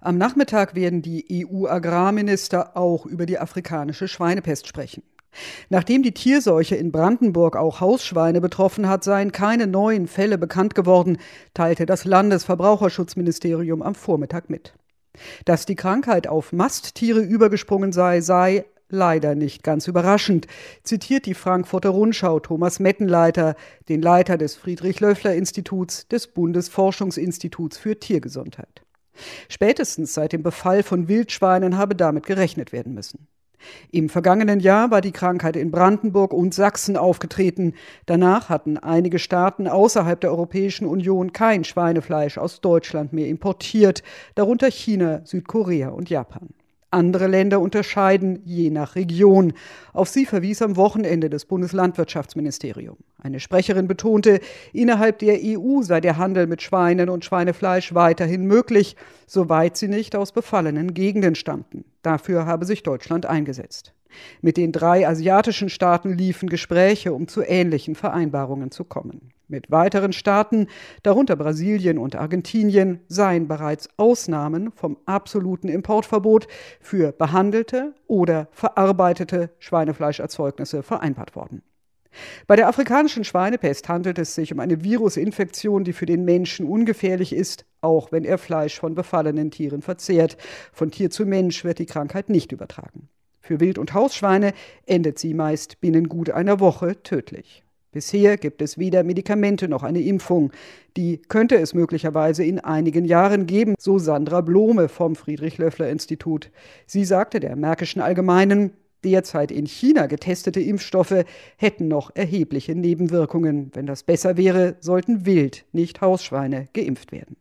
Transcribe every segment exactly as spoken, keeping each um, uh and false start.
Am Nachmittag werden die E U-Agrarminister auch über die afrikanische Schweinepest sprechen. Nachdem die Tierseuche in Brandenburg auch Hausschweine betroffen hat, seien keine neuen Fälle bekannt geworden, teilte das Landesverbraucherschutzministerium am Vormittag mit. Dass die Krankheit auf Masttiere übergesprungen sei, sei leider nicht ganz überraschend, zitiert die Frankfurter Rundschau Thomas Mettenleiter, den Leiter des Friedrich-Loeffler-Instituts des Bundesforschungsinstituts für Tiergesundheit. Spätestens seit dem Befall von Wildschweinen habe damit gerechnet werden müssen. Im vergangenen Jahr war die Krankheit in Brandenburg und Sachsen aufgetreten. Danach hatten einige Staaten außerhalb der Europäischen Union kein Schweinefleisch aus Deutschland mehr importiert, darunter China, Südkorea und Japan. Andere Länder unterscheiden je nach Region. Auf sie verwies am Wochenende das Bundeslandwirtschaftsministerium. Eine Sprecherin betonte, innerhalb der E U sei der Handel mit Schweinen und Schweinefleisch weiterhin möglich, soweit sie nicht aus befallenen Gegenden stammten. Dafür habe sich Deutschland eingesetzt. Mit den drei asiatischen Staaten liefen Gespräche, um zu ähnlichen Vereinbarungen zu kommen. Mit weiteren Staaten, darunter Brasilien und Argentinien, seien bereits Ausnahmen vom absoluten Importverbot für behandelte oder verarbeitete Schweinefleischerzeugnisse vereinbart worden. Bei der afrikanischen Schweinepest handelt es sich um eine Virusinfektion, die für den Menschen ungefährlich ist, auch wenn er Fleisch von befallenen Tieren verzehrt. Von Tier zu Mensch wird die Krankheit nicht übertragen. Für Wild- und Hausschweine endet sie meist binnen gut einer Woche tödlich. Bisher gibt es weder Medikamente noch eine Impfung. Die könnte es möglicherweise in einigen Jahren geben, so Sandra Blome vom Friedrich-Loeffler-Institut. Sie sagte der Märkischen Allgemeinen, derzeit in China getestete Impfstoffe hätten noch erhebliche Nebenwirkungen. Wenn das besser wäre, sollten Wild-, nicht Hausschweine geimpft werden.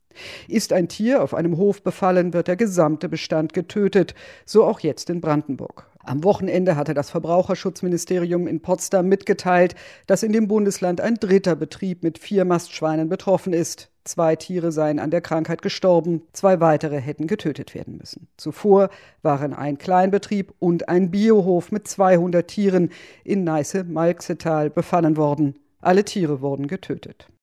Ist ein Tier auf einem Hof befallen, wird der gesamte Bestand getötet, so auch jetzt in Brandenburg. Am Wochenende hatte das Verbraucherschutzministerium in Potsdam mitgeteilt, dass in dem Bundesland ein dritter Betrieb mit vier Mastschweinen betroffen ist. Zwei Tiere seien an der Krankheit gestorben, zwei weitere hätten getötet werden müssen. Zuvor waren ein Kleinbetrieb und ein Biohof mit zweihundert Tieren in Neiße-Malxetal befallen worden. Alle Tiere wurden getötet.